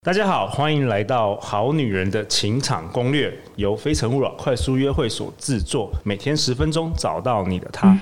大家好，欢迎来到好女人的情场攻略，由非诚勿扰快速约会所制作，每天10分钟，找到你的他。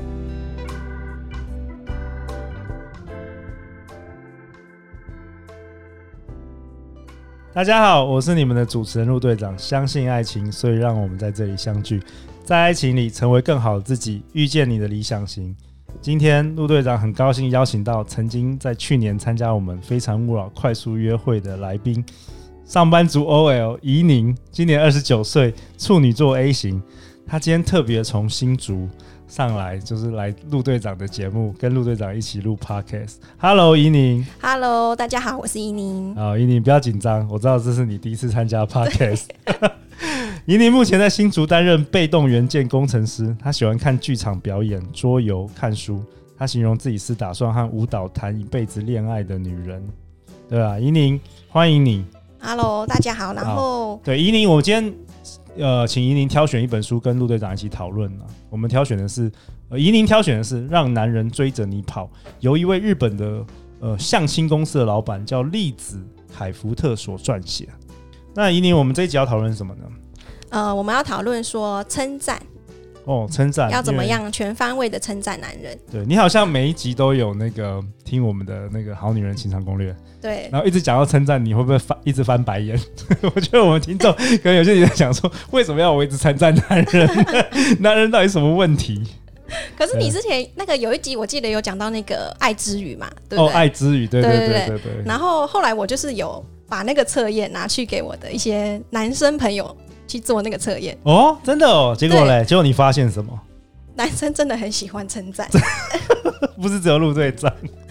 大家好，我是你们的主持人陆队长。相信爱情，所以让我们在这里相聚，在爱情里成为更好的自己，遇见你的理想型。今天陆队长很高兴邀请到曾经在去年参加我们非诚勿扰快速约会的来宾，上班族 OL 怡宁，今年29岁，处女座 A 型。他今天特别从新竹上来，就是来陆队长的节目，跟陆队长一起录 Podcast。Hello， 怡宁。 Hello， 大家好，我是怡宁。 好，怡宁不要紧张，我知道这是你第一次参加 Podcast。怡宁目前在新竹担任被动元件工程师，他喜欢看剧场表演、桌游、看书。他形容自己是打算和舞蹈谈一辈子恋爱的女人，对吧？怡宁，欢迎你。 Hello， 大家好。然后对怡宁，我今天请怡宁挑选一本书跟陆队长一起讨论。我们挑选的是怡宁挑选的是《让男人追着你跑》，由一位日本的相亲公司的老板叫栗子凯福特所撰写。那怡宁，我们这一集要讨论什么呢？ 我们要讨论说称赞哦，称赞要怎么样全方位的称赞男人。 对，你好像每一集都有那个听我们的那个好女人情场攻略， 对， 然后一直讲到称赞，你会不会一直翻白眼？我觉得我们听众可能有些人在想说，为什么要我一直称赞男人？男人到底什么问题？ 可是你之前那个有一集我记得有讲到那个爱之语嘛，对不对？ 爱之语，对。 然后后来我就是有把那个测验拿去给我的一些男生朋友去做那个测验。 哦，真的哦？结果嘞？结果你发现什么？ 男生真的很喜欢称赞， 不是只有陆队长。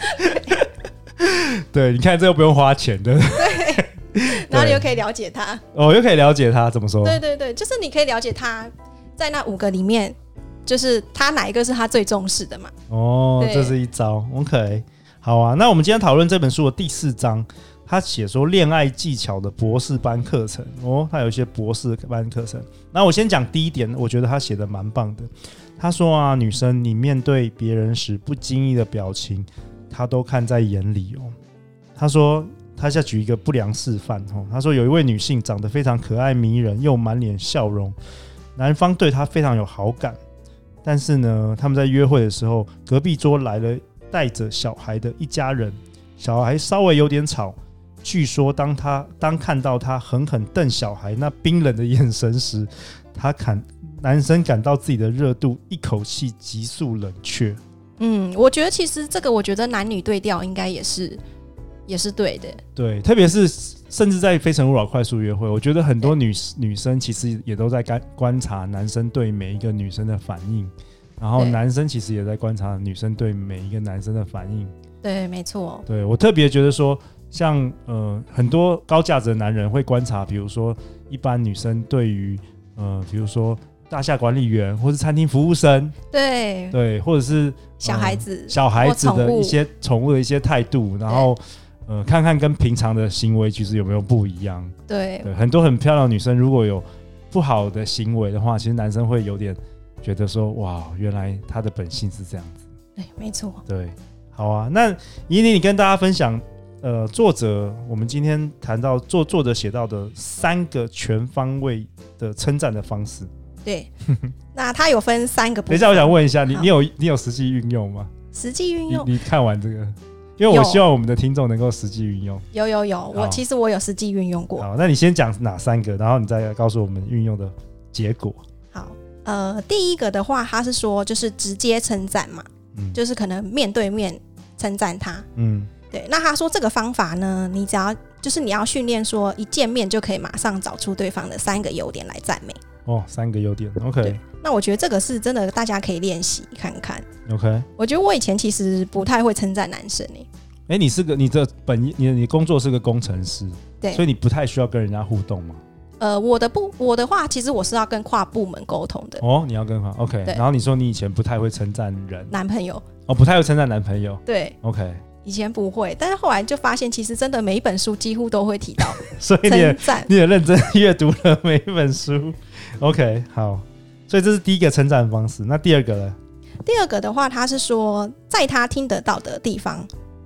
对，你看这又不用花钱，对不对？ 对。然后你又可以了解他， 又可以了解他怎么说？ 对，就是你可以了解他在那5个里面，就是他哪一个是他最重视的嘛？ 哦，这是一招。OK， 好啊。那我们今天讨论这本书的第4章。他写说恋爱技巧的博士班课程哦，他有一些博士班课程。那我先讲第一点，我觉得他写的蛮棒的。他说啊，女生你面对别人时不经意的表情，他都看在眼里哦。他说他在举一个不良示范哦。他说有一位女性长得非常可爱迷人，又满脸笑容，男方对她非常有好感。但是呢，他们在约会的时候，隔壁桌来了带着小孩的一家人，小孩稍微有点吵。据说当看到他狠狠瞪小孩那冰冷的眼神时，男生感到自己的热度一口气急速冷却。 我觉得其实这个我觉得男女对调应该也是对的。对， 特别是甚至在非诚勿扰快速约会，我觉得很多女生其实也都在观察男生对每一个女生的反应，然后男生其实也在观察女生对每一个男生的反应。 对，没错。 对，我特别觉得说像很多高价值的男人会观察，比如说一般女生对于比如说大厦管理员或是餐厅服务生，对，或者是小孩子的一些宠物的一些态度，然后看看跟平常的行为其实有没有不一样。 对， 很多很漂亮的女生如果有不好的行为的话，其实男生会有点觉得说，哇，原来她的本性是这样子。 对，没错。 对，好啊。那怡宁，你跟大家分享作者，我们今天谈到作者写到的3个全方位的称赞的方式。 对，那他有分3个部分。 等一下，我想问一下，你有实际运用吗？ 实际运用？ 你看完这个，因为我希望我们的听众能够实际运用。 有，其实我有实际运用过。 好，那你先讲哪3个，然后你再告诉我们运用的结果。 好，第一个的话，他是说就是直接称赞嘛，就是可能面对面称赞他。对，那他说这个方法呢，你要训练说一见面就可以马上找出对方的3个优点来赞美。 3个优点 OK。 那我觉得这个是真的大家可以练习看看。 OK， 我觉得我以前其实不太会称赞男生你的工作是个工程师，对，所以你不太需要跟人家互动吗？ 我的话其实我是要跟跨部门沟通的。 你要跟OK。然后你说你以前不太会称赞人， 男朋友不太会称赞男朋友。 对 OK， 以前不会，但是后来就发现其实真的每一本书几乎都会提到所以你也认真阅读了每一本书。OK， 好，所以这是第一个称赞方式。那第二个呢？ 第二个的话，他是说在他听得到的地方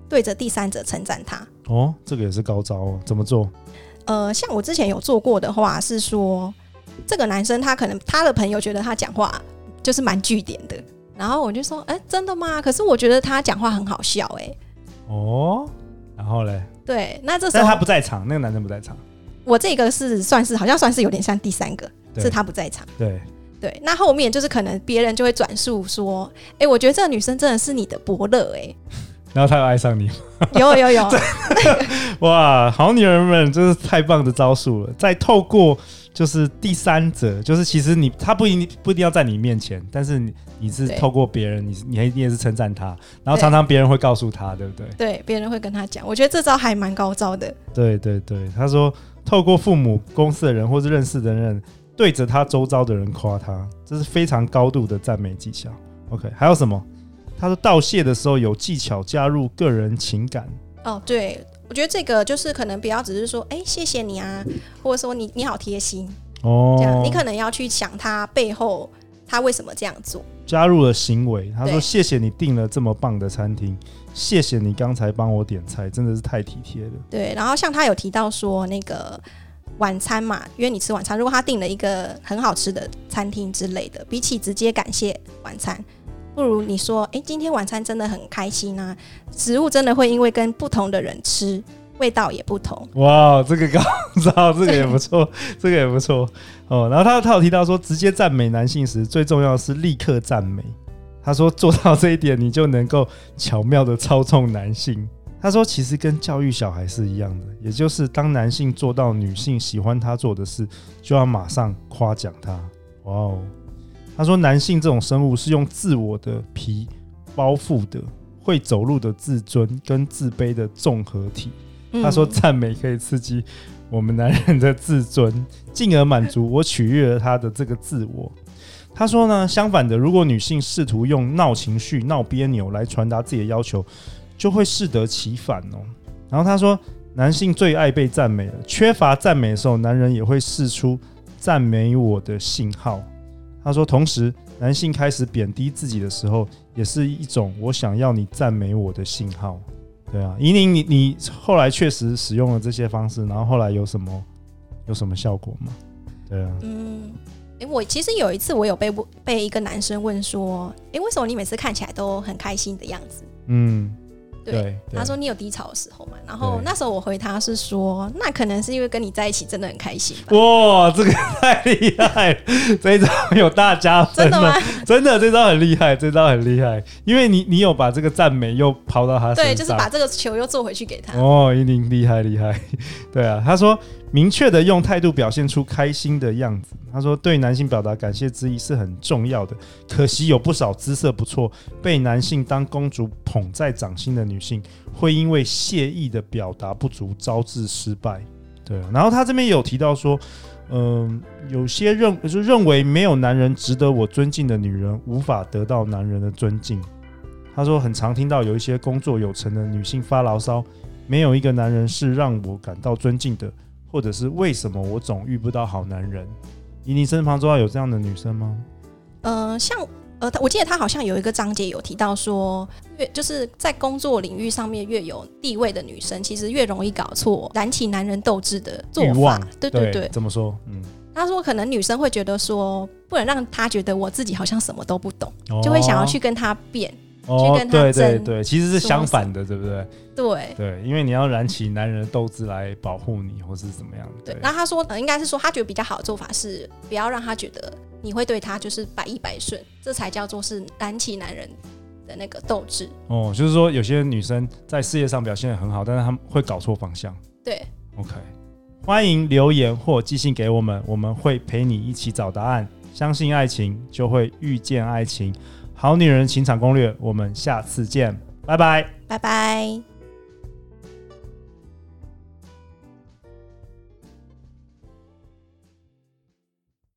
对着第三者称赞他。 哦，这个也是高招哦，怎么做？ 像我之前有做过的话是说，这个男生他可能他的朋友觉得他讲话就是蛮句点的，然后我就说真的吗？可是我觉得他讲话很好笑哦，然后嘞？ 对，那这时候但他不在场，那个男生不在场。 我这个是好像算是有点像第三个，是他不在场。对，那后面就是可能别人就会转述说，我觉得这个女生真的是你的伯乐然后他有爱上你？ 有哇，好女人们，这是太棒的招数了。再透过就是第三者，就是其实他不一定要在你面前，但是你是透过别人，你也是称赞他，然后常常别人会告诉他，对不对？ 对，别人会跟他讲，我觉得这招还蛮高招的。 对，他说透过父母、公司的人或是认识的人，对着他周遭的人夸他，这是非常高度的赞美技巧。OK， 还有什么？他说道谢的时候有技巧加入个人情感。 对，我觉得这个就是可能不要只是说谢谢你啊，或者说你好贴心这样，你可能要去想他背后他为什么这样做， 加入了行为。他说谢谢你订了这么棒的餐厅，谢谢你刚才帮我点菜，真的是太体贴了。 对，然后像他有提到说那个晚餐嘛，约你吃晚餐，如果他订了一个很好吃的餐厅之类的，比起直接感谢晚餐，不如你说今天晚餐真的很开心啊，食物真的会因为跟不同的人吃味道也不同。 哇，这个高招，这个也不错这个也不错然后他有提到说，直接赞美男性时最重要的是立刻赞美。他说做到这一点，你就能够巧妙的操纵男性。他说其实跟教育小孩是一样的，也就是当男性做到女性喜欢他做的事，就要马上夸奖他。哇哦，他说男性这种生物是用自我的皮包覆的，会走路的自尊跟自卑的综合体。他说赞美可以刺激我们男人的自尊，进而满足我取悦了他的这个自我。他说呢，相反的，如果女性试图用闹情绪、闹别扭来传达自己的要求，就会适得其反然后他说，男性最爱被赞美了，缺乏赞美的时候，男人也会释出赞美我的信号。他说，同时男性开始贬低自己的时候，也是一种我想要你赞美我的信号。对啊，怡宁，你后来确实使用了这些方式，然后后来有什么效果吗？对啊， 我其实有一次我有被一个男生问说，为什么你每次看起来都很开心的样子？对，他说你有低潮的时候嘛，然后那时候我回他是说，那可能是因为跟你在一起真的很开心吧。 哇，这个太厉害了，这一招有大加分。真的吗？真的，这招很厉害，因为你有把这个赞美又抛到他身上， 对，就是把这个球又做回去给他。 一定厉害。对啊，他说明确的用态度表现出开心的样子。他说对男性表达感谢之意是很重要的，可惜有不少姿色不错被男性当公主捧在掌心的女性，会因为谢意的表达不足招致失败。对，然后他这边有提到说有些认为没有男人值得我尊敬的女人无法得到男人的尊敬。他说很常听到有一些工作有成的女性发牢骚，没有一个男人是让我感到尊敬的，或者是为什么我总遇不到好男人。你身旁周遭有这样的女生吗？ 我记得他好像有一个章节有提到说，就是在工作领域上面越有地位的女生，其实越容易搞错燃起男人斗志的做法。对， 怎么说？ 他说可能女生会觉得说，不能让他觉得我自己好像什么都不懂，就会想要去跟他辩。去跟他争。 对，其实是相反的，对不对？ 对， 因为你要燃起男人的斗志来保护你，或是怎么样。 对，那他说应该是说他觉得比较好的做法是不要让他觉得你会对他就是百依百顺，这才叫做是燃起男人的那个斗志。 就是说有些女生在事业上表现得很好，但是她们会搞错方向。 对 ，OK， 欢迎留言或寄信给我们，我们会陪你一起找答案。相信爱情，就会遇见爱情。好女人情场攻略，我们下次见，拜拜， 拜拜。